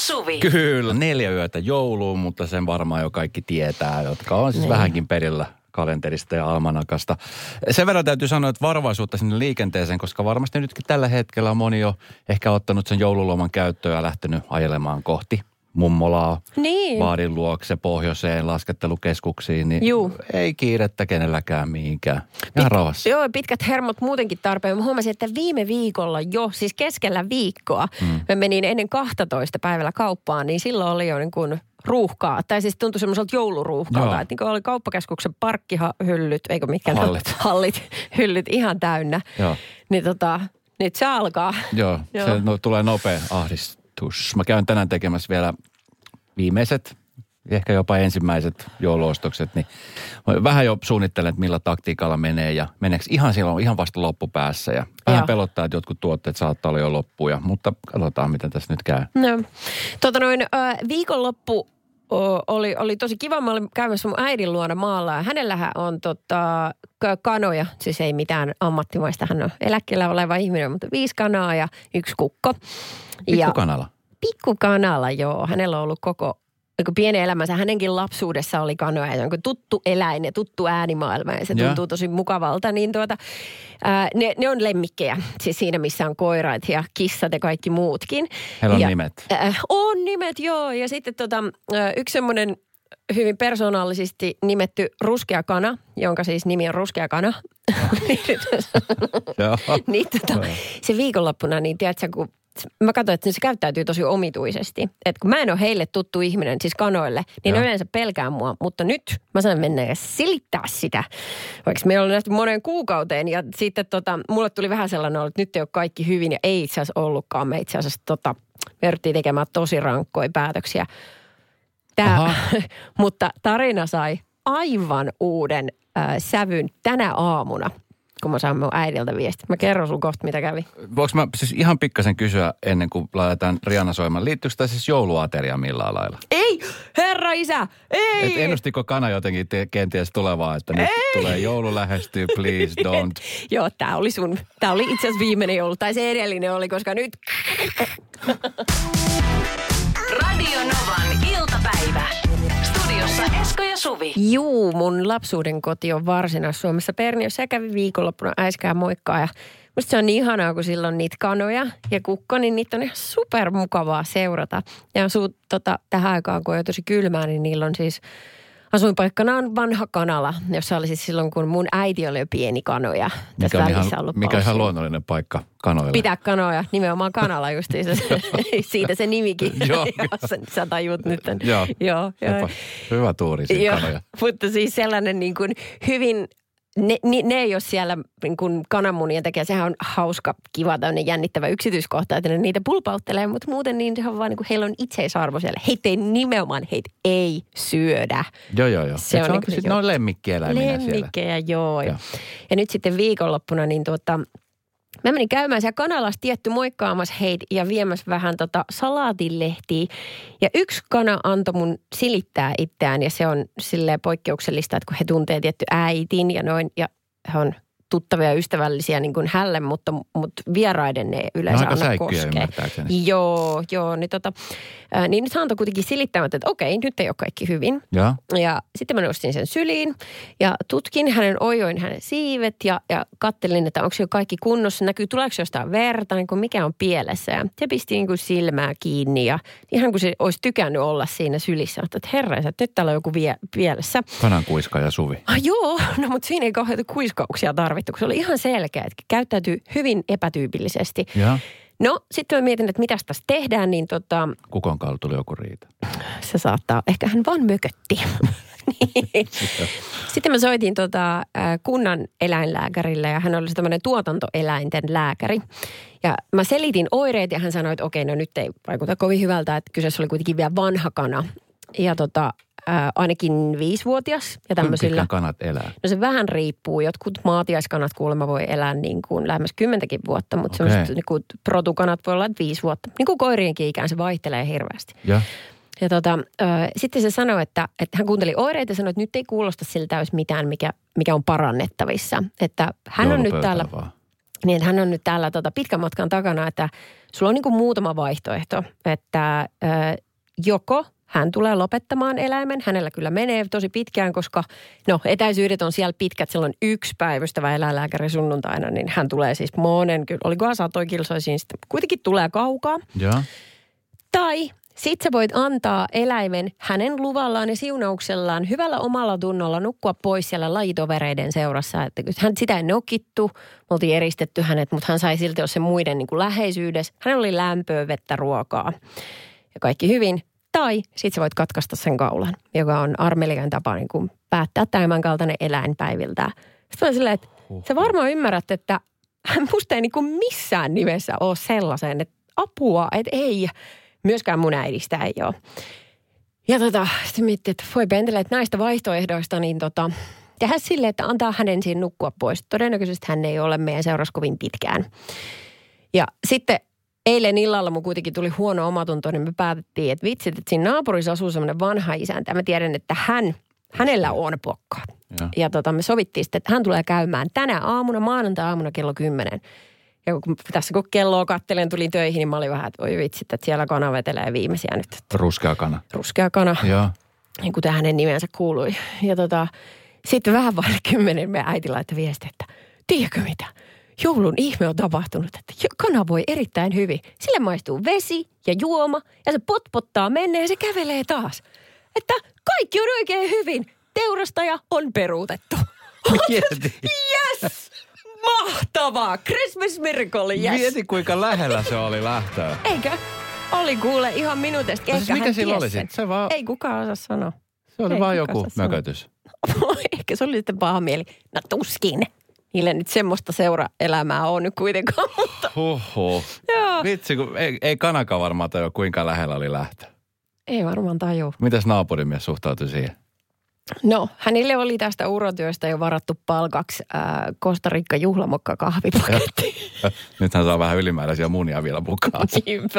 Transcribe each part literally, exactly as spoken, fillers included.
Suvi. Kyllä, neljä yötä jouluun, mutta sen varmaan jo kaikki tietää, jotka on siis Niin. vähänkin perillä kalenterista ja almanakasta. Sen verran täytyy sanoa, että varovaisuutta sinne liikenteeseen, koska varmasti nytkin tällä hetkellä on moni jo ehkä ottanut sen joululoman käyttöön ja lähtenyt ajelemaan kohti mummolaa, Niin. baadin luokse, pohjoiseen, laskettelukeskuksiin, niin Juu. ei kiirettä kenelläkään mihinkään. Ihan rauhassa. Joo, pitkät hermot muutenkin tarpeen. Mä huomasin, että viime viikolla jo, siis keskellä viikkoa, mm. mä menin ennen kaksitoista päivällä kauppaan, niin silloin oli jo niin kuin ruuhkaa. Tai siis tuntui semmoiselta jouluruuhkalta, Joo. että niin kuin oli kauppakeskuksen parkkihyllyt, eikö mitkä Hallit. hallit, hyllyt ihan täynnä. Joo. Niin tota, nyt se alkaa. Joo, Joo. se no, tulee nopea ahdistus. Mä käyn tänään tekemässä vielä viimeiset, ehkä jopa ensimmäiset jouluostokset, niin mä vähän jo suunnittelen, että millä taktiikalla menee ja meneekö ihan silloin, ihan vasta loppupäässä. Ja vähän Joo. pelottaa, että jotkut tuotteet saattaa olla jo loppuja, mutta katsotaan, miten tässä nyt käy. No, tota noin, äh, viikonloppu o, oli, oli tosi kiva. Mä olin käymässä mun äidin luona maalla ja hänellähän on tota, k- kanoja. Siis ei mitään ammattimaista. Hän on eläkkeellä oleva ihminen, mutta viisi kanaa ja yksi kukko. Pikkukanala. Pikkukanala, joo. Hänellä on ollut koko niin pienen elämänsä. Hänenkin lapsuudessa oli kanoja. Se on kuin tuttu eläin ja tuttu äänimaailma ja se Ja. tuntuu tosi mukavalta. Niin tuota, ää, ne, ne on lemmikkejä. Siis siinä, missä on koirat ja kissat ja kaikki muutkin. Heillä on ja, nimet. Äh, on nimet, joo. Ja sitten tota, äh, yksi semmoinen hyvin persoonallisesti nimetty ruskea kana, jonka siis nimi on ruskea kana. Joo. niin tota, se viikonloppuna, niin tiedätkö, kun mä katsoin, että se käyttäytyy tosi omituisesti. Että kun mä en ole heille tuttu ihminen, siis kanoille, niin Joo. ne yleensä pelkää mua. Mutta nyt mä sain mennä ja silittää sitä. Vaikka me ollaan nähty moneen kuukauteen. Ja sitten tota, mulle tuli vähän sellainen olo, että nyt ei ole kaikki hyvin. Ja ei itse asiassa ollutkaan. Me itse asiassa tota, me yritettiin tekemään tosi rankkoja päätöksiä. Tää, mutta tarina sai aivan uuden äh, sävyn tänä aamuna, kun mä saan mun äidiltä viestin. Mä kerron sun kohta, mitä kävi. Voinko mä siis ihan pikkasen kysyä ennen kuin laitetaan Rihanna soimaan, liittyykö tämä siis jouluateria millään lailla? Ei, herra isä, ei! Et ennustiko kana jotenkin te, kenties tulevaa, että nyt Ei. tulee joulu lähestyy, please don't. Joo, tää oli sun, tää oli itse asiassa viimeinen joulu, tai se edellinen oli, koska nyt... Radio Novan iltapäivä. Studiossa Esko ja Suvi. Juu, mun lapsuuden koti on Varsinais-Suomessa Perniössä ja kävi viikonloppuna äiskää moikkaa ja musta se on niin ihanaa, kun sillä on niitä kanoja ja kukko, niin niitä on ihan supermukavaa seurata. Ja asuu tota, tähän aikaan, kun on jo tosi kylmää, niin niillä on siis, asuinpaikkana on vanha kanala, jossa oli siis silloin, kun mun äiti oli jo pieni kanoja. Mikä on, ihan, mikä on ihan luonnollinen paikka kanoille. Pitää kanoja, nimenomaan kanala justiinsa. Siitä se nimikin, Joo. jos sä tajut nyt. Joo. Joo, joo. Hyvä tuuri siinä Joo, kanoja. mutta siis sellainen niin kuin hyvin, ne, ne, ne ei ole siellä niin kuin kananmunien takia, sehän on hauska, kiva, tämmöinen jännittävä yksityiskohta, että ne niitä pulpauttelee, mutta muuten niin se on vaan niin kuin, heillä on itseisarvo siellä. Heitä ei nimenomaan, heitä ei syödä. Joo, joo, joo. Se Se on on, niin kuin sit se ne on lemmikkieläiminä siellä. Lemmikkejä, joo. Joo. Ja, ja nyt sitten viikonloppuna, niin tuota, mä menin käymään siellä kanalassa tietty moikkaamassa heitä ja viemässä vähän tota salaatilehtiä. Ja yksi kana antoi mun silittää itseään ja se on silleen poikkeuksellista, että kun he tuntee tietty äitin ja noin ja he on tuttavia ja ystävällisiä niin kuin hälle, mutta, mutta vieraiden ne yleensä No aika anna säikkyjä koskee. ymmärtääkseni. Joo, joo. Niin, tota, ää, niin nyt hän antoi kuitenkin silittämättä, että okei, nyt ei ole kaikki hyvin. Joo. Ja sitten mä nostin sen syliin ja tutkin hänen, ojoin hänen siivet ja, ja kattelin, että onko jo kaikki kunnossa. Näkyy, tuleeko jostain verta, niin kuin mikä on pielessä. Ja se pisti niin kuin silmää kiinni ja ihan kuin se olisi tykännyt olla siinä sylissä. Että herra, että nyt täällä on joku vie, pielessä. Kanan kuiska ja Suvi. Ah, joo, no mutta siinä ei kauheita kuiskauksia tarvittu, kun se oli ihan selkeä, että käyttäytyy hyvin epätyypillisesti. Joo. No, sitten mä mietin, että mitäs tässä tehdään, niin tota, Kukon kaulu tuli joku riita. se saattaa, ehkä hän vaan mökötti. Niin. Sitten mä soitin tota, kunnan eläinlääkärille ja hän oli tämmöinen tuotantoeläinten lääkäri. Ja mä selitin oireet ja hän sanoi, että okei, no nyt ei vaikuta kovin hyvältä, että kyseessä oli kuitenkin vielä vanha kana. Ja tota, ää, ainakin viisivuotias ja tämmöisillä. Kuinka kanat elää? No se vähän riippuu. Jotkut maatiaiskanat kuulemma voi elää niin kuin lähemmäs kymmentäkin vuotta, mutta Okei. semmoiset niin kuin protukanat voi olla viisi vuotta. Niin kuin koirienkin ikään se vaihtelee hirveästi. Joo. Ja tota, ö, sitten se sanoi, että, että hän kuunteli oireita ja sanoi, että nyt ei kuulosta siltä olisi mitään, mikä, mikä on parannettavissa. Että hän on nyt täällä, Vaan. Niin hän on nyt täällä tota, pitkän matkan takana, että sulla on niin kuin muutama vaihtoehto, että ö, joko hän tulee lopettamaan eläimen. Hänellä kyllä menee tosi pitkään, koska no etäisyydet on siellä pitkät. Silloin yksi päivystävä eläinlääkäri sunnuntaina, niin hän tulee siis monen, olikohan satoi kilsoisiin, sitten kuitenkin tulee kaukaa. Ja. Tai sit sä voit antaa eläimen hänen luvallaan ja siunauksellaan hyvällä omalla tunnolla nukkua pois siellä lajitovereiden seurassa. Että hän sitä ei nokittu, me oltiin eristetty hänet, mutta hän sai silti olla sen muiden niin kuin läheisyydessä. Hänellä oli lämpöä, vettä, ruokaa ja kaikki hyvin. Tai sit sä voit katkaista sen kaulan, joka on armelian tapa niin kuin päättää tämän kaltainen eläin päiviltään. Sitten mä silleen, että sä varmaan ymmärrät, että musta ei niin kuin missään nimessä ole sellaisen, että apua, että ei, myöskään mun äidistä ei ole. Ja tota, sitten miettii, että voi pentele, että näistä vaihtoehdoista, niin tota, tehdä silleen, että antaa hänen siinä nukkua pois. Todennäköisesti hän ei ole meidän seurassa kovin pitkään. Ja sitten eilen illalla mun kuitenkin tuli huono omatunto, niin me päätettiin, että vitsit, että siinä naapurissa asuu semmoinen vanha isäntä. Mä tiedän, että hän, hänellä on pokkaa. Ja, ja tota, me sovittiin sitten, että hän tulee käymään tänä aamuna, maanantai-aamuna kello kymmenen. Ja kun, tässä kun kelloa kattelen, tulin töihin, niin mä olin vähän, että oi vitsit, että siellä kana vetelee viimeisiä nyt. Ruskea kana. Ruskea kana, Joo. niin kuin hänen nimensä kuului. Ja tota, sitten vähän vaille kymmenen meidän äiti laittoi viestiä, että tiedätkö mitä? Joulun ihme on tapahtunut, että kana voi erittäin hyvin. Sille maistuu vesi ja juoma ja se potpottaa menneen ja se kävelee taas. Että kaikki on oikein hyvin. Teurastaja on peruutettu. Mieti. Yes! Mahtavaa! Christmas miracle, yes! Mieti, kuinka lähellä se oli lähtöä. Eikö? Oli kuule ihan minuutesta. No siis mikä sillä oli sitten? Se vaan... Ei kukaan osaa sanoa. Se oli Ei vaan joku mökötys. Ehkä se oli sitten paha mieli. No tuskin. Niille nyt semmoista seuraelämää on nyt kuitenkaan, mutta... Huhhuh. Joo. Vitsi, kun ei, ei kanakaan varmaan tajua, kuinka lähellä oli lähtö. Ei varmaan tajua. Mitäs naapurimies suhtautui siihen? No, hänelle oli tästä urotyöstä jo varattu palkaksi äh, Costa Rica juhlamokka kahvipaketti. Nyt hän saa vähän ylimääräisiä munia vielä mukaan. Niinpä.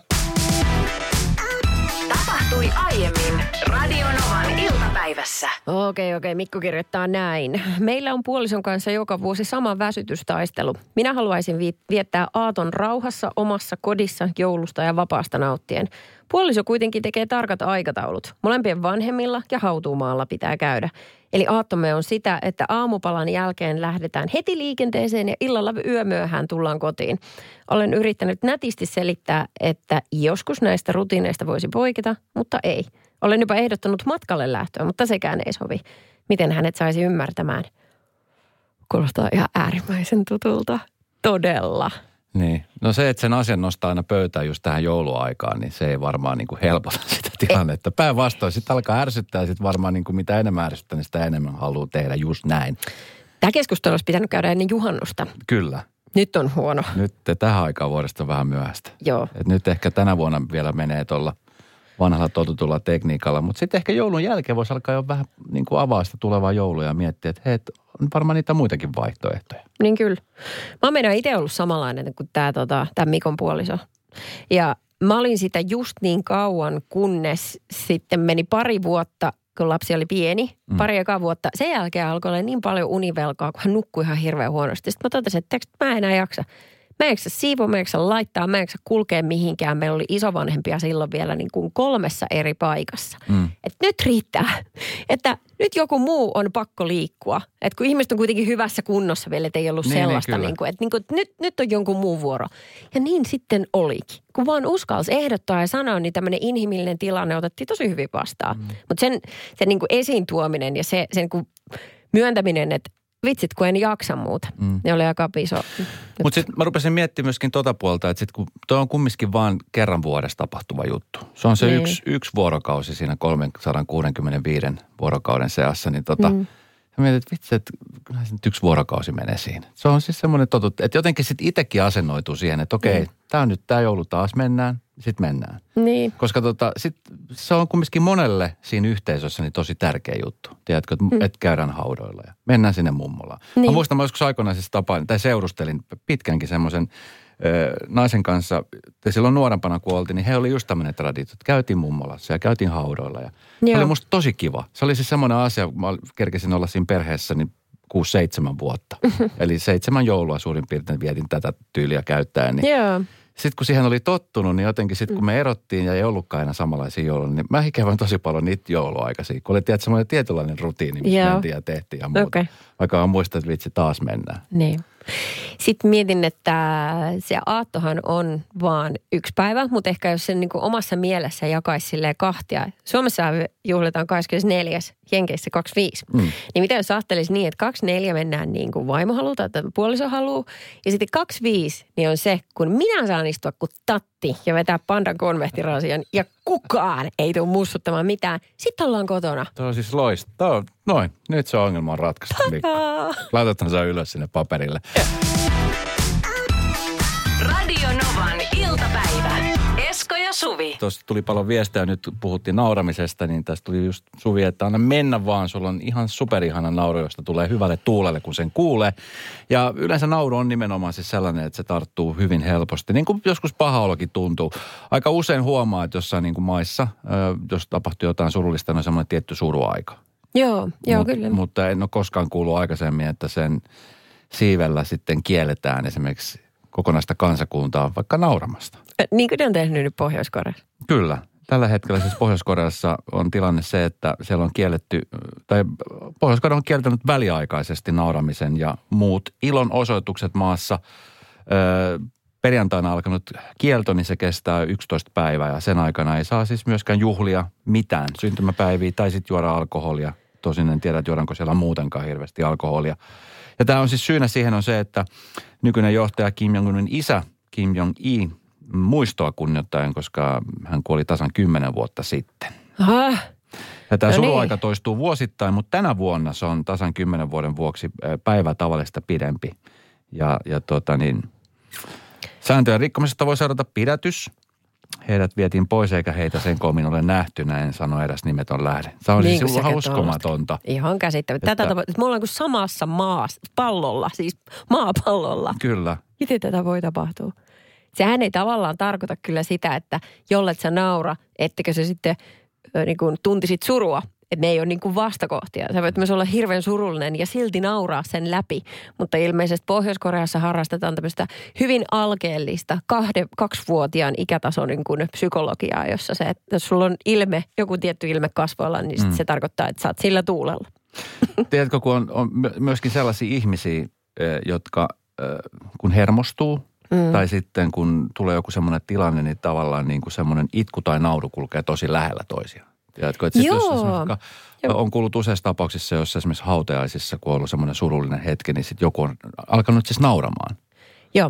Tapahtui aiemmin Radionovan iltapäivässä. Okei, okei. Mikko kirjoittaa näin. Meillä on puolison kanssa joka vuosi sama väsytystaistelu. Minä haluaisin vi- viettää aaton rauhassa omassa kodissa joulusta ja vapaasta nauttien. Puoliso kuitenkin tekee tarkat aikataulut. Molempien vanhemmilla ja hautuumaalla pitää käydä. Eli aattomme on sitä, että aamupalan jälkeen lähdetään heti liikenteeseen ja illalla yömyöhään tullaan kotiin. Olen yrittänyt nätisti selittää, että joskus näistä rutiineista voisi poiketa, mutta ei. Olen jopa ehdottanut matkalle lähtöä, mutta sekään ei sovi. Miten hänet saisi ymmärtämään? Kuulostaa ihan äärimmäisen tutulta. Todella. Niin. No se, että sen asian nostaa aina pöytään just tähän jouluaikaan, niin se ei varmaan niin kuin helpota sitä tilannetta. Päinvastoin sitten alkaa ärsyttää ja sitten varmaan niin kuin mitä enemmän ärsyttää, niin sitä enemmän haluaa tehdä just näin. Tämä keskustelu olisi pitänyt käydä ennen juhannusta. Kyllä. Nyt on huono. Nyt tähän aikaan vuodesta on vähän myöhäistä. Joo. Et nyt ehkä tänä vuonna vielä menee tuolla vanhalla totutulla tekniikalla, mutta sitten ehkä joulun jälkeen voisi alkaa jo vähän niin kuin avaa sitä tulevaa joulua ja miettiä, että hei, on varmaan niitä muitakin vaihtoehtoja. Niin kyllä. Mä oon itse ollut samanlainen kuin tämä tota, tää Mikon puoliso. Ja mä olin sitä just niin kauan, kunnes sitten meni pari vuotta, kun lapsi oli pieni. Mm. Pari ekaa vuotta. Sen jälkeen alkoi olla niin paljon univelkaa, kun hän nukkui ihan hirveän huonosti. Sitten mä totesin, että mä en enää jaksa. Mä en jaksa siivoa, mä en jaksa laittaa, mä en jaksa kulkea mihinkään. Meillä oli isovanhempia silloin vielä niin kuin kolmessa eri paikassa. Mm. Että nyt riittää. Että nyt joku muu on pakko liikkua. Että kun ihmiset on kuitenkin hyvässä kunnossa vielä, että ei ollut niin, sellaista. Niin, niin kuin, että niin kuin, nyt, nyt on jonkun muun vuoro. Ja niin sitten olikin. Kun vaan uskalsi ehdottaa ja sanoa, niin tämmöinen inhimillinen tilanne otettiin tosi hyvin vastaan. Mm. Mutta sen, sen niin kuin esiin tuominen ja se, sen niin myöntäminen, että vitsit, kun en jaksa muuta. Mm. Ne oli aika iso. Mutta sitten mä rupesin miettimään myöskin tota puolta, että sitten kun toi on kumminkin vaan kerran vuodessa tapahtuva juttu. Se on se niin. yksi, yksi vuorokausi siinä kolmesataakuusikymmentäviisi vuorokauden seassa, niin tota, mm. mä mietin, että vitsi, että kyllähän se nyt yksi vuorokausi menee siinä. Se on siis semmoinen totut, että jotenkin sitten itsekin asennoituu siihen, että okei, mm. tää on nyt tää joulu taas, mennään, sitten mennään. Niin. Koska tota, sit se on kumminkin monelle siinä yhteisössä niin tosi tärkeä juttu. Tiedätkö, että mm. et käydään haudoilla ja mennään sinne mummolaan. Niin. Mä muistan, mä joskus aikoinaan siis tapaan, tai seurustelin pitkänkin semmoisen ö, naisen kanssa, ja silloin nuorempana kun oltiin, niin he oli just tämmöinen traditio, että käytiin mummolassa ja käytiin haudoilla. Ja se oli musta tosi kiva. Se oli siis semmoinen asia, kun mä kerkesin olla siinä perheessä, niin kuusi seitsemän vuotta. Eli seitsemän joulua suurin piirtein vietin tätä tyyliä käyttäen. Niin Joo. sitten kun siihen oli tottunut, niin jotenkin sitten kun me erottiin ja ei ollutkaan enää samanlaisia jouluja, niin mä ikävän tosi paljon niitä jouluaikaisia. Kun oli tietysti semmoinen tietynlainen rutiini, missä Joo. mentiin ja tehtiin ja muuta. Okay. Vaikka on muistaa, että vitsi taas mennään. Niin. Sitten mietin, että se aattohan on vaan yksi päivä, mutta ehkä jos sen niin kuin omassa mielessä jakaisi silleen kahtia. Suomessa juhlitaan kahdeskymmenesneljäs, Jenkeissä kaksikymmentäviisi. Mm. Niin mitä jos ajattelisi niin, että kaksikymmentäneljä mennään niin kuin vaimo haluaa tai puoliso haluaa. Ja sitten kaksikymmentäviisi niin on se, kun minä saan istua kuin tatti ja vetää pandan konvehtirasian ja kukaan ei tule mussuttamaan mitään. Sitten ollaan kotona. Tuo on siis loista. Noin, nyt se ongelma on ratkaistu. Laitetaan se ylös sinne paperille. Radio Novan iltapäivä. Esko ja Suvi. Tuossa tuli paljon viestejä, nyt puhuttiin nauramisesta, niin tästä tuli just Suvi, että anna mennä vaan. Sulla on ihan superihana nauru, josta tulee hyvälle tuulelle, kun sen kuulee. Ja yleensä nauru on nimenomaan siis sellainen, että se tarttuu hyvin helposti. Niin kuin joskus paha olokin tuntuu. Aika usein huomaa, että jossain niin kuin maissa, jos tapahtuu jotain surullista, on semmoinen tietty suruaika. Joo, joo Mut, kyllä. Mutta en ole koskaan kuullut aikaisemmin, että sen siivellä sitten kielletään esimerkiksi kokonaista kansakuntaa vaikka nauramasta. Niin kuin ne on tehnyt nyt Pohjois-Koreassa. Kyllä. Tällä hetkellä siis Pohjois-Koreassa on tilanne se, että siellä on kielletty, tai Pohjois-Korea on kieltänyt väliaikaisesti nauramisen ja muut ilonosoitukset maassa. Öö, perjantaina alkanut kielto, niin se kestää yksitoista päivää ja sen aikana ei saa siis myöskään juhlia mitään syntymäpäiviä tai sitten juoda alkoholia. Tosin en tiedä, että juodaanko siellä muutenkaan hirveästi alkoholia. Ja tämä on siis syynä siihen on se, että nykyinen johtaja Kim Jong-unin isä Kim Jong-il muistoa kunnioittaen, koska hän kuoli tasan kymmenen vuotta sitten. Aha. Ja tämä No suruaika niin. toistuu vuosittain, mutta tänä vuonna se on tasan kymmenen vuoden vuoksi päivä tavallista pidempi. Ja, ja tota niin, sääntöjen rikkomisesta voi seurata pidätys. Heidät vietiin pois eikä heitä sen koomin ole nähty, näin sanoi eräs nimetön lähde. Se on Niin siis kuin sekä uskomatonta. Ihan käsittämättä. Tätä Että- tapa- me ollaan kuin samassa maassa, pallolla, siis maapallolla. Kyllä. Miten tätä voi tapahtua? Sehän ei tavallaan tarkoita kyllä sitä, että jollet sä naura, ettekö se sitten ö, niin kuin tuntisit surua. Että ne ei ole niin kuin vastakohtia. Sä voit myös olla hirveän surullinen ja silti nauraa sen läpi. Mutta ilmeisesti Pohjois-Koreassa harrastetaan tämmöistä hyvin alkeellista kahde, kaksivuotiaan ikätason niin kuin psykologiaa, jossa se, että jos sulla on ilme, joku tietty ilme kasvoilla, niin sit Mm. se tarkoittaa, että sä oot sillä tuulella. Tiedätkö, kun on, on my- myöskin sellaisia ihmisiä, eh, jotka eh, kun hermostuu mm. tai sitten kun tulee joku semmoinen tilanne, niin tavallaan niin kuin semmoinen itku tai nauru kulkee tosi lähellä toisiaan. Tiedätkö, että sit jos Joo. esimerkiksi, Joo. on kuullut useissa tapauksissa, jossa esimerkiksi hautajaisissa, kun on ollut semmoinen surullinen hetki, niin sitten joku on alkanut siis nauramaan. Joo.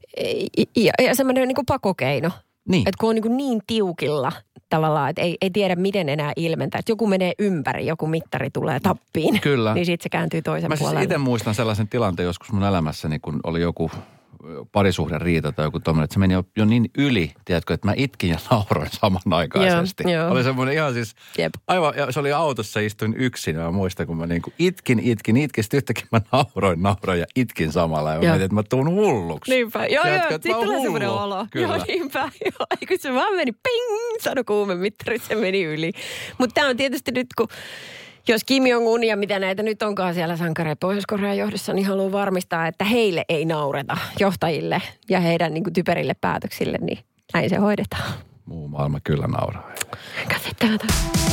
Ja, ja semmoinen niin kuin pakokeino. Niin. Että kun on niin, niin tiukilla tavallaan, että ei, ei tiedä miten enää ilmentää. Että joku menee ympäri, joku mittari tulee tappiin. Kyllä. Niin sitten se kääntyy toisen Mä siis puolelle. itse muistan sellaisen tilanteen joskus mun elämässäni, kun oli joku parisuhden riita tai joku tommoinen, että se meni jo, jo niin yli, tiedätkö, että mä itkin ja nauroin samanaikaisesti. Joo, joo. Oli semmoinen ihan siis, Jep. aivan, ja se oli autossa, istuin yksin ja mä muistan, kun mä niinku itkin, itkin, itkin, sitten yhtäkkiä mä nauroin, nauroin ja itkin samalla. Ja mä Joo. mietin, että mä tuun hulluksi. Niinpä. Joo, joo. Tiedätkö, että Sitten mä oon tulee hullu. semmoinen olo. Kyllä. Joo, niinpä. Joo. Eikö se vaan meni ping, sano kuumemittari, se meni yli. Mutta tämä on tietysti nyt, kun jos Kim Jong-un ja mitä näitä nyt onkaan siellä sankareja Pohjois-Korean johdossa, niin haluaa varmistaa, että heille ei naureta johtajille ja heidän niin kuin typerille päätöksille, niin näin se hoidetaan. Muu maailma kyllä nauraa. Käsittämätön.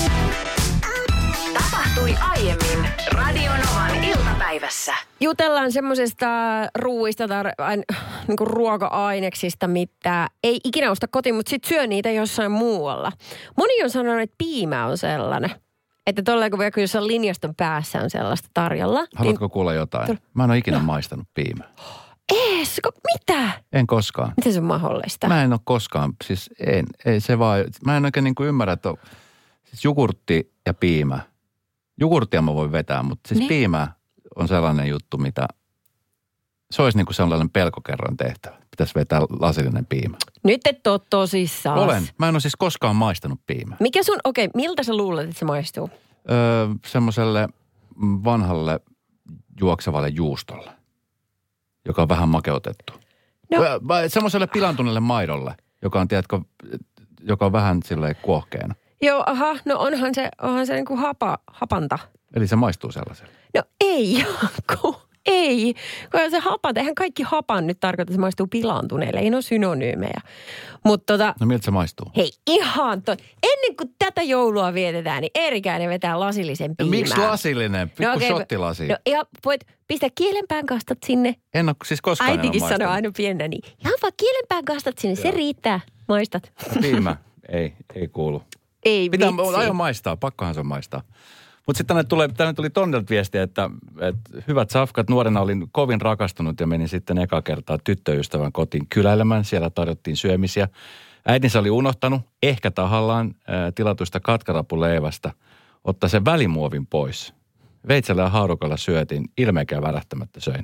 Tapahtui aiemmin Radio Novan iltapäivässä. Jutellaan semmoisesta ruuista tai ain- niin kuin ruoka-aineksista, mitä ei ikinä osta kotiin, mutta sitten syö niitä jossain muualla. Moni on sanonut, että piimä on sellainen. Että tolleen kun vaikka jossain linjaston päässä on sellaista tarjolla. Haluatko kuulla jotain? Mä en ole ikinä maistanut piimää. Niin, Esko, mitä? En koskaan. Miten se on mahdollista? Mä en ole koskaan, siis en, ei se vaan, mä en oikein niin kuin ymmärrä, että on, siis jogurtti ja piimä. Jogurttia mä voin vetää, mutta siis Niin. piimä on sellainen juttu, mitä, se olisi niin kuin sellainen pelkokerran tehtävä. Pitäisi vetää lasillinen piimä. Nyt et ole tosissaan. Olen. Mä en ole siis koskaan maistanut piimää. Mikä sun, okei, miltä sä luulet, että se maistuu? Öö, semmoiselle vanhalle juoksevalle juustolle, joka on vähän makeutettu. No. Öö, vai semmoiselle pilantuneelle maidolle, joka on, tiedätkö, joka on vähän silleen kuohkeena. Joo, aha, no onhan se, onhan se niinku hapa, hapanta. Eli se maistuu sellaiselle. No ei, Jaakko. Ei, kun se hapan, eihän kaikki hapan nyt tarkoita, että se maistuu pilaantuneelle. Ei ne ole synonyymejä. Mutta tota, no miltä se maistuu? Hei, ihan toi. Ennen kuin tätä joulua vietetään, niin Eerikäinen vetää lasillisen piimää. No, miksi lasillinen? Pikku no, okay, shottilasi. No ja voit pistää kielenpään kastat sinne. En ole siis koskaan äitikin sanoo aina pienä niin. Ihan vaan kielenpään kastat sinne, se riittää. Maistat. Piimä, ei, ei kuulu. Ei Pitää, vitsi. aion maistaa, pakkohan se on maistaa. Mutta sitten tänne, tulee, tänne tuli Tondelta viestiä, että, että hyvät safkat, nuorena olin kovin rakastunut ja menin sitten eka kertaa tyttöystävän kotiin kyläilemään. Siellä tarjottiin syömisiä. Äitinsä oli unohtanut, ehkä tahallaan, ää, tilatuista katkarapuleivästä, ottaa sen välimuovin pois. Veitsellä ja haarukalla syötiin, ilmeikään värähtämättä söin.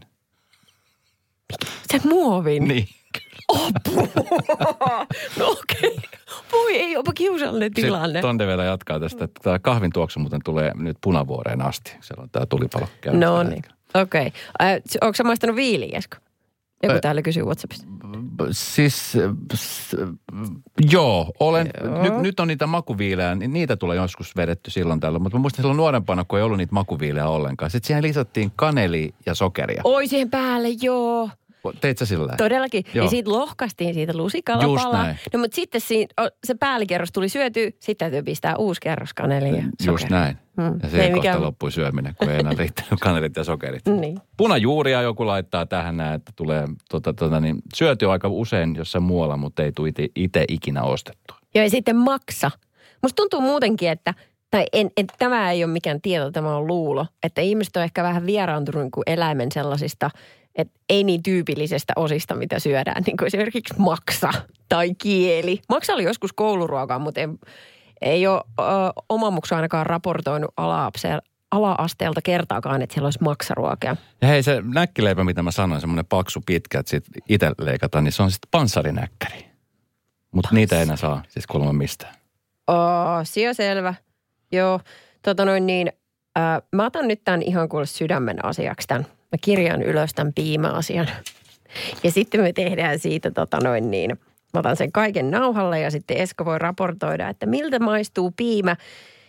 Sen muovin? Niin. Apua! No okei. Okay. Voi ei, onpa kiusallinen tilanne. Sitten Tonde vielä jatkaa tästä, että tämä kahvin tuoksu muuten tulee nyt Punavuoreen asti. Siellä on tämä tulipalo käynyt. No niin, okei. Okay. Äh, onko sä maistanut viiliä, Esko? Joku täällä kysyy WhatsAppista. Siis, s, joo, olen. Joo. Nyt, nyt on niitä makuviilejä, niin niitä tulee joskus vedetty silloin tällä. Mutta mä muistan silloin nuorempana, kun ei ollut niitä makuviilejä ollenkaan. Sitten siihen lisättiin kaneli ja sokeria. Oi siihen päälle, joo. Teit sä sillä? Todellakin. Joo. Ja siitä lohkaistiin siitä lusikalla Just palaa. näin. No mutta sitten siinä, se päällikerros tuli syötyä, sitten täytyy pistää uusi kerros kanelia ja sokeria. Just näin. Hmm. Ja siihen mikä... kohta loppui syöminen, kun ei enää riittänyt kanelit ja sokerit. Niin. Punajuuria joku laittaa tähän näin, että tulee tota, tota, niin, syötyä aika usein jossain muualla, mutta ei tule itse ikinä ostettua. Joo, ja sitten maksa. Musta tuntuu muutenkin, että, tai en, en, tämä ei ole mikään tieto, tämä on luulo, että ihmiset on ehkä vähän vieraantunut kuin eläimen sellaisista, että ei niin tyypillisestä osista, mitä syödään, niin kuin esimerkiksi maksa tai kieli. Maksa oli joskus kouluruokaa, mutta ei, ei ole ö, oma muksu ainakaan raportoinut ala-asteelta kertaakaan, että siellä olisi maksaruokaa. Ja hei, se näkkileipä, mitä mä sanoin, semmoinen paksu pitkä, että sitten itse leikataan, niin se on sitten panssarinäkkäri. Mutta niitä ei enää saa siis kuulemma mistään. Oo, se on selvä. Joo, tota noin niin, äh, mä otan nyt tämän ihan kuule sydämen asiaksi tämän. Mä kirjaan ylös tämän piimäasian. Ja sitten me tehdään siitä tota noin niin, mä otan sen kaiken nauhalle ja sitten Esko voi raportoida, että miltä maistuu piimä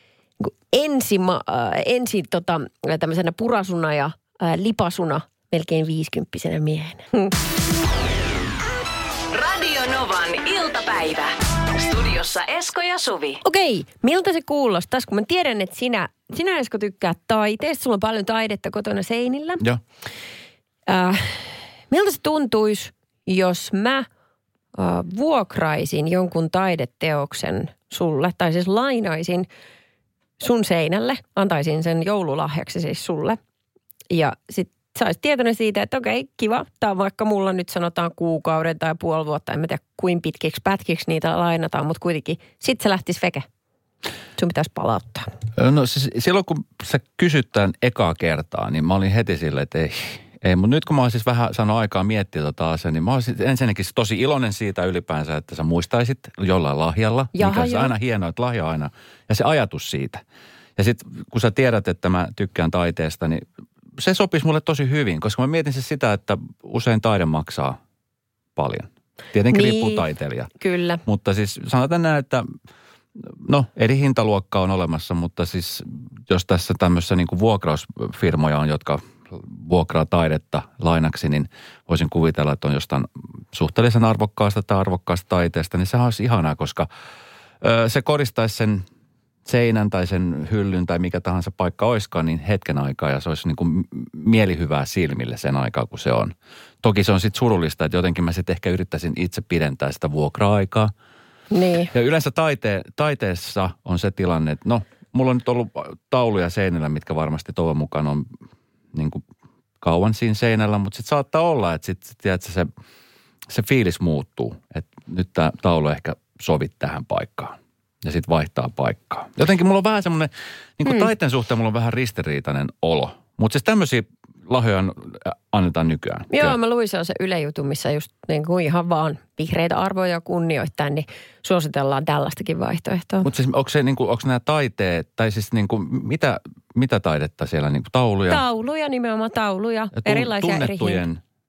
ensi, äh, ensi tota, tämmöisenä purasuna ja äh, lipasuna melkein viisikymppisenä miehenä. Radio Novan iltapäivä. Studiossa Esko ja Suvi. Okei, miltä se kuulostaisi, kun mä tiedän, että sinä, sinä Esko tykkää taiteesta. Sulla on paljon taidetta kotona seinillä. Joo. Äh, miltä se tuntuisi, jos mä äh, vuokraisin jonkun taideteoksen sulle, tai siis lainaisin sun seinälle, antaisin sen joululahjaksi siis sulle. Ja sit sä olisit tietoinen siitä, että okei, kiva. Tää on vaikka mulla nyt sanotaan kuukauden tai puoli vuotta, en mä tiedä kuin pitkiksi pätkiksi niitä lainataan, mutta kuitenkin sit se lähtisi veke. Sun pitäisi palauttaa. No siis silloin kun sä kysyt tämän ekaa kertaa, niin mä olin heti silleen, että ei, ei. Mutta nyt kun mä oon siis vähän saanut aikaa miettiä tota asiaa, niin mä olisin ensinnäkin tosi iloinen siitä ylipäänsä, että sä muistaisit jollain lahjalla. Jaha, mikä on aina hienoa, että lahja aina. Ja se ajatus siitä. Ja sitten kun sä tiedät, että mä tykkään taiteesta, niin se sopisi mulle tosi hyvin, koska mä mietin siis sitä, että usein taide maksaa paljon. Tietenkin niin, riippuu taiteilija. Kyllä. Mutta siis sanotaan näin, että no eri hintaluokkaa on olemassa, mutta siis jos tässä tämmöisessä niin kuin vuokrausfirmoja on, jotka vuokraa taidetta lainaksi, niin voisin kuvitella, että on jostain suhteellisen arvokkaasta tai arvokkaasta taiteesta, niin sehän olisi ihanaa, koska ö, se koristaisi sen seinän tai sen hyllyn tai mikä tahansa paikka oiskaan, niin hetken aikaa ja se olisi niin kuin mielihyvää silmille sen aikaa, kun se on. Toki se on sitten surullista, että jotenkin mä sitten ehkä yrittäisin itse pidentää sitä vuokra-aikaa. Niin. Ja yleensä taite, taiteessa on se tilanne, että no, mulla on nyt ollut tauluja seinällä, mitkä varmasti toivon mukaan on niin kuin kauan siinä seinällä, mutta sitten saattaa olla, että sitten tiedätkö, se, se fiilis muuttuu, että nyt tämä taulu ehkä sovit tähän paikkaan. Ja sitten vaihtaa paikkaa. Jotenkin mulla on vähän semmoinen, niin kuin hmm. taiteen suhteen mulla on vähän ristiriitainen olo. Mutta siis tämmöisiä lahjoja annetaan nykyään. Joo, Kyllä. mä luin sellaisen Yle jutun, missä just niin kuin ihan vaan vihreitä arvoja kunnioittain, niin suositellaan tällaistakin vaihtoehtoa. Mutta siis onko se niin kuin, onko nämä taiteet, tai siis niin kuin, mitä, mitä taidetta siellä, niin kuin tauluja? Tauluja, nimenomaan tauluja. Ja erilaisia eri tunnettujen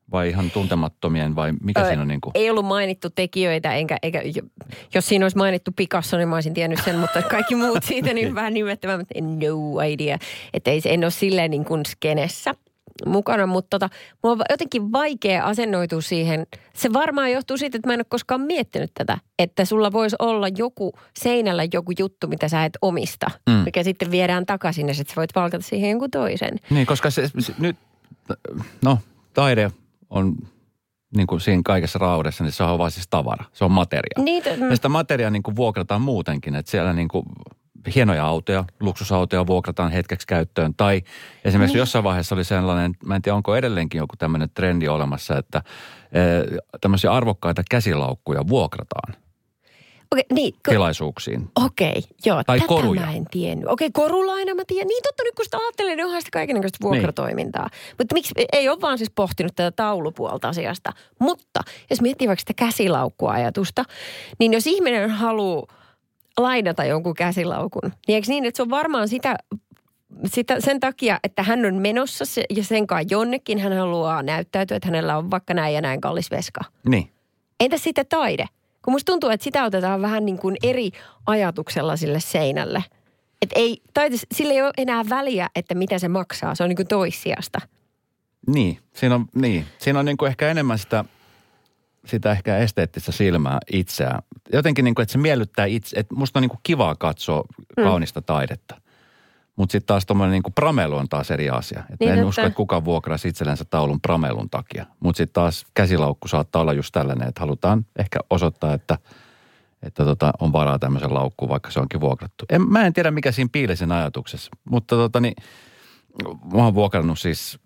vai ihan tuntemattomien vai mikä öö, siinä on niin kuin? Ei ollut mainittu tekijöitä, enkä, eikä, jos siinä olisi mainittu Picasso, niin mä olisin tiennyt sen, mutta kaikki muut siitä niin vähän nimettömän, no idea. Että ei, en ole silleen niin kuin skenessä mukana, mutta tota, mulla on jotenkin vaikea asennoitua siihen. Se varmaan johtuu siitä, että mä en ole koskaan miettinyt tätä, että sulla voisi olla joku seinällä joku juttu, mitä sä et omista, mm. mikä sitten viedään takaisin ja sitten sä voit palkata siihen jonkun toisen. Niin, koska se, se nyt, no taide on niin kuin siinä kaikessa raudessa, niin se on vaan siis tavara. Se on materia. Niitä, ja sitä materiaa niin kuin vuokrataan muutenkin, että siellä niin kuin hienoja autoja, luksusautoja vuokrataan hetkeksi käyttöön. Tai esimerkiksi niin. jossain vaiheessa oli sellainen, mä en tiedä onko edelleenkin joku tämmöinen trendi olemassa, että e, tämmöisiä arvokkaita käsilaukkuja vuokrataan. Okei, niin. Ko- tilaisuuksiin. Okei, joo. Tai tätä koruja. mä en tiennyt. Okei, korulaina mä tiedän. Niin totta nyt kun sitä ajattelee, niin onhan sitä kaikennäköistä vuokratoimintaa. Niin. Mutta miksi, ei ole vaan siis pohtinut tätä taulupuolta asiasta. Mutta jos miettii vaikka sitä käsilaukkuajatusta, niin jos ihminen haluaa lainata jonkun käsilaukun, niin eikö niin, että se on varmaan sitä, sitä sen takia, että hän on menossa se, ja senkaan jonnekin hän haluaa näyttäytyä, että hänellä on vaikka näin ja näin kallis veska. Niin. Entä sitten taide? Kun musta tuntuu, että sitä otetaan vähän niin kuin eri ajatuksella sille seinälle. Että ei, taide, sillä ei ole enää väliä, että mitä se maksaa. Se on niin kuin toissijasta. Niin, siinä on, niin. Siinä on niin kuin ehkä enemmän sitä, sitä ehkä esteettistä silmää itseään. Jotenkin niin kuin, että se miellyttää itse. Että musta on niin kuin kivaa katsoa kaunista taidetta. Mutta sitten taas tuommoinen niin kuin pramelu on taas eri asia. Et niin, en että usko, että kukaan vuokrasi itsellensä taulun pramelun takia. Mutta sitten taas käsilaukku saattaa olla just tällainen, että halutaan ehkä osoittaa, että, että tota, on varaa tämmöisen laukkuun, vaikka se onkin vuokrattu. En, mä en tiedä, mikä siinä piilee sen ajatuksessa. Mutta tota niin, mä oon vuokrannut siis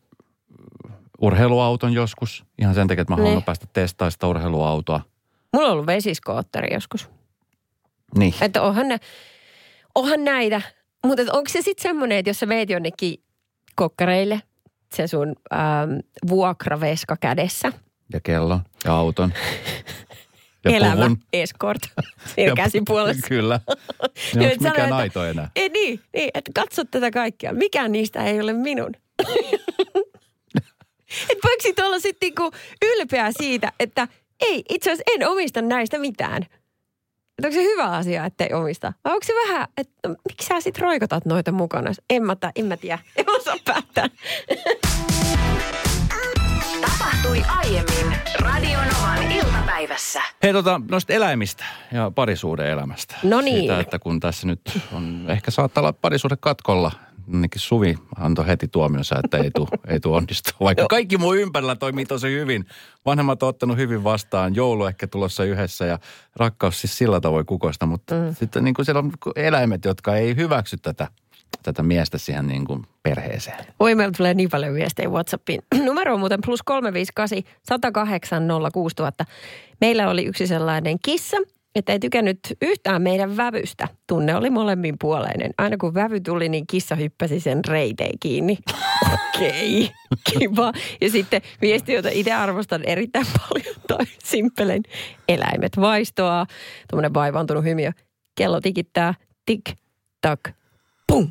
urheiluauton joskus. Ihan sen takia, että mä haluan niin. päästä testaamaan sitä urheiluautoa. Mulla on ollut vesiskootteri joskus. Niin. Että onhan, ne, onhan näitä. Mutta onko se sitten semmoinen, että jos sä meet jonnekin kokkareille, se sun ähm, vuokraveska kädessä. Ja kellon ja auton. Ja elämä, puvun. Escort, siinä käsipuolessa. Kyllä. Ja onko mikään että, aito enää? Ei niin, niin, että katso tätä kaikkea. Mikään niistä ei ole minun. Että voiko sit olla sitten niinku ylpeä siitä, että ei, itse asiassa en omista näistä mitään. Että onko se hyvä asia, että ei omista? Vai onko se vähän, että no, miksi sä sit roikotat noita mukana? En mä, en mä tiedä. En osaa päättää. Tapahtui aiemmin Radionovan iltapäivässä. Hei tota, noista eläimistä ja parisuuden elämästä. No niin. Siitä, että kun tässä nyt on, ehkä saattaa olla parisuuden katkolla. Ainakin Suvi antoi heti tuomionsa, että ei tule ei tu onnistua. Vaikka kaikki muu ympärillä toimii tosi hyvin. Vanhemmat on ottanut hyvin vastaan. Joulu ehkä tulossa yhdessä ja rakkaus siis sillä tavoin kukoista. Mutta mm. sitten niin kuin siellä on eläimet, jotka ei hyväksy tätä, tätä miestä siihen niin kuin perheeseen. Oi, meillä tulee niin paljon viestejä WhatsAppiin. Numero on muuten plus kolme viisi kahdeksan, sata kahdeksan, nolla kuusi tuhatta. Meillä oli yksi sellainen kissa, että ei tykännyt yhtään meidän vävystä. Tunne oli molemmin puoleinen. Aina kun vävy tuli, niin kissa hyppäsi sen reiteen kiinni. Okei, okay. Kiva. Ja sitten viesti, jota itse arvostan erittäin paljon, tai simppelein. Eläimet vaistoaa. Tuommoinen vaivaantunut hymiö. Kello tikittää. Tik, tak, pum.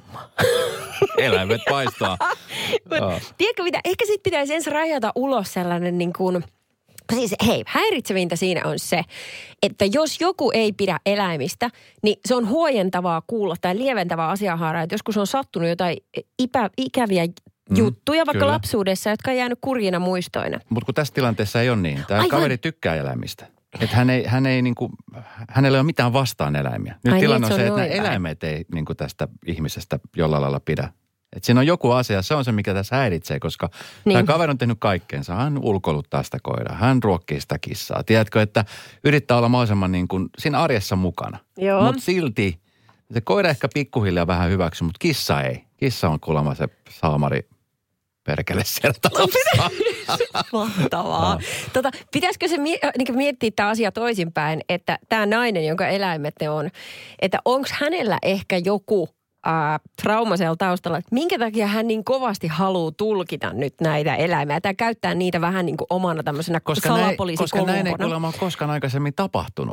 Eläimet paistaa. Oh. Tiedätkö mitä? Ehkä sitten pitäisi ensin rajata ulos sellainen niin kuin... Siis hei, häiritsevintä siinä on se, että jos joku ei pidä eläimistä, niin se on huojentavaa kuulla tai lieventävää asianhaaraa, että joskus on sattunut jotain ipä, ikäviä juttuja, mm, vaikka kyllä. lapsuudessa, jotka on jäänyt kurjina muistoina. Mutta kun tässä tilanteessa ei ole niin. Tämä Aivan. kaveri tykkää eläimistä. Että hän ei, hän ei niinku, hänellä ei ole mitään vastaan eläimiä. Nyt Ai tilanne niin, on se, että nämä eläimet ei niinku tästä ihmisestä jollain lailla pidä. Että siinä on joku asia, se on se, mikä tässä häiritsee, koska niin. tämä kaveri on tehnyt kaikkeensa. Hän ulkoiluttaa sitä koiraa, hän ruokkii sitä kissaa. Tiedätkö, että yrittää olla mahdollisimman niin kuin siinä arjessa mukana. Mutta silti se koira ehkä pikkuhiljaa vähän hyväksy, mutta kissa ei. Kissa on kuulemma se saamari perkele siellä talossa. Mahtavaa. Tota, pitäisikö se niin miettiä tämä asia toisinpäin, että tämä nainen, jonka eläimet ne on, että onko hänellä ehkä joku... Uh, traumasella taustalla, että minkä takia hän niin kovasti haluaa tulkita nyt näitä eläimiä tai käyttää niitä vähän niin kuin omana tämmöisenä koska salapoliisikolumpona. Koska näin ei kuulemma ole koskaan aikaisemmin tapahtunut.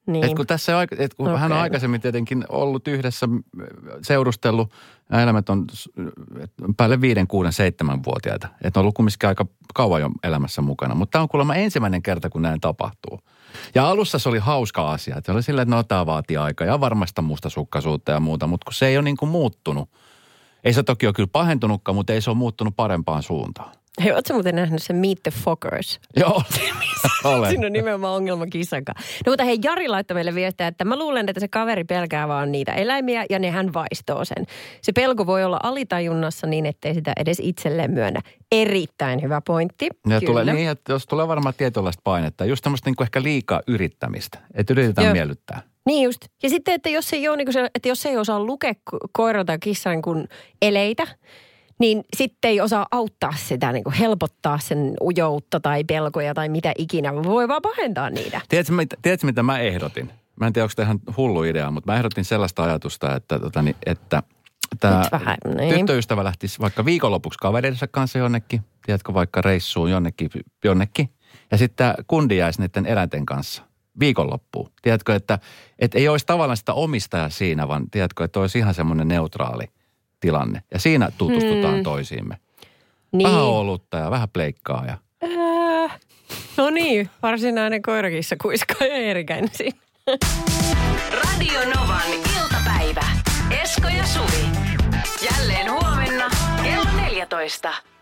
Niin. Et kun tässä on, et kun okay. hän on aikaisemmin tietenkin ollut yhdessä, seurustellut, nämä elämät on päälle viiden, kuuden, seitsemän vuotiaita. Että on ollut kumminkin aika kauan jo elämässä mukana. Mutta tämä on kuulemma ensimmäinen kerta, kun näin tapahtuu. Ja alussa se oli hauska asia. Että oli sillä, että no tämä vaatii aikaa ja varmasta mustasukkaisuutta ja muuta. Mutta kun se ei ole niin kuin muuttunut. Ei se toki ole kyllä pahentunutkaan, mutta ei se ole muuttunut parempaan suuntaan. Hei, ootko muuten nähnyt sen Meet the Fockers? Joo, olen. Siinä on nimenomaan ongelma kissankaan. No mutta hei, Jari laittoi meille viestiä, että mä luulen, että se kaveri pelkää vaan niitä eläimiä ja ne hän vaistoo sen. Se pelko voi olla alitajunnassa niin, ettei sitä edes itselleen myönnä. Erittäin hyvä pointti. Ja Kyllä. tulee niin, että jos tulee varmaan tietynlaista painetta, just tämmöistä niin kuin ehkä liikaa yrittämistä, että yritetään Joo. miellyttää. Niin just. Ja sitten, että jos ei, ole, niin kuin se, että jos ei osaa lukea koiran tai kissan kuin eleitä, niin sitten ei osaa auttaa sitä, niin kuin helpottaa sen ujoutta tai pelkoja tai mitä ikinä. Voi vaan pahentaa niitä. Tiedätkö, tiedätkö mitä mä ehdotin? Mä en tiedä, onko tämä ihan hullu idea, mutta mä ehdotin sellaista ajatusta, että, tota, niin, että tämä niin. tyttöystävä lähtisi vaikka viikonlopuksi kaverinsa kanssa jonnekin, tiedätkö, vaikka reissuun jonnekin, jonnekin. Ja sitten tämä kundi jäisi niiden eläinten kanssa viikonloppuun. Tiedätkö, että, että ei olisi tavallaan sitä omistajaa siinä, vaan tiedätkö, että olisi ihan semmoinen neutraali tilanne. Ja siinä tutustutaan hmm. toisiimme. Niin. Vähän olutta ja vähän pleikkaa. Ja... Äh, no niin, varsinainen koirakissa kuiskaa ja erikäinsi. Radio Novan iltapäivä. Esko ja Suvi. Jälleen huomenna kello neljätoista.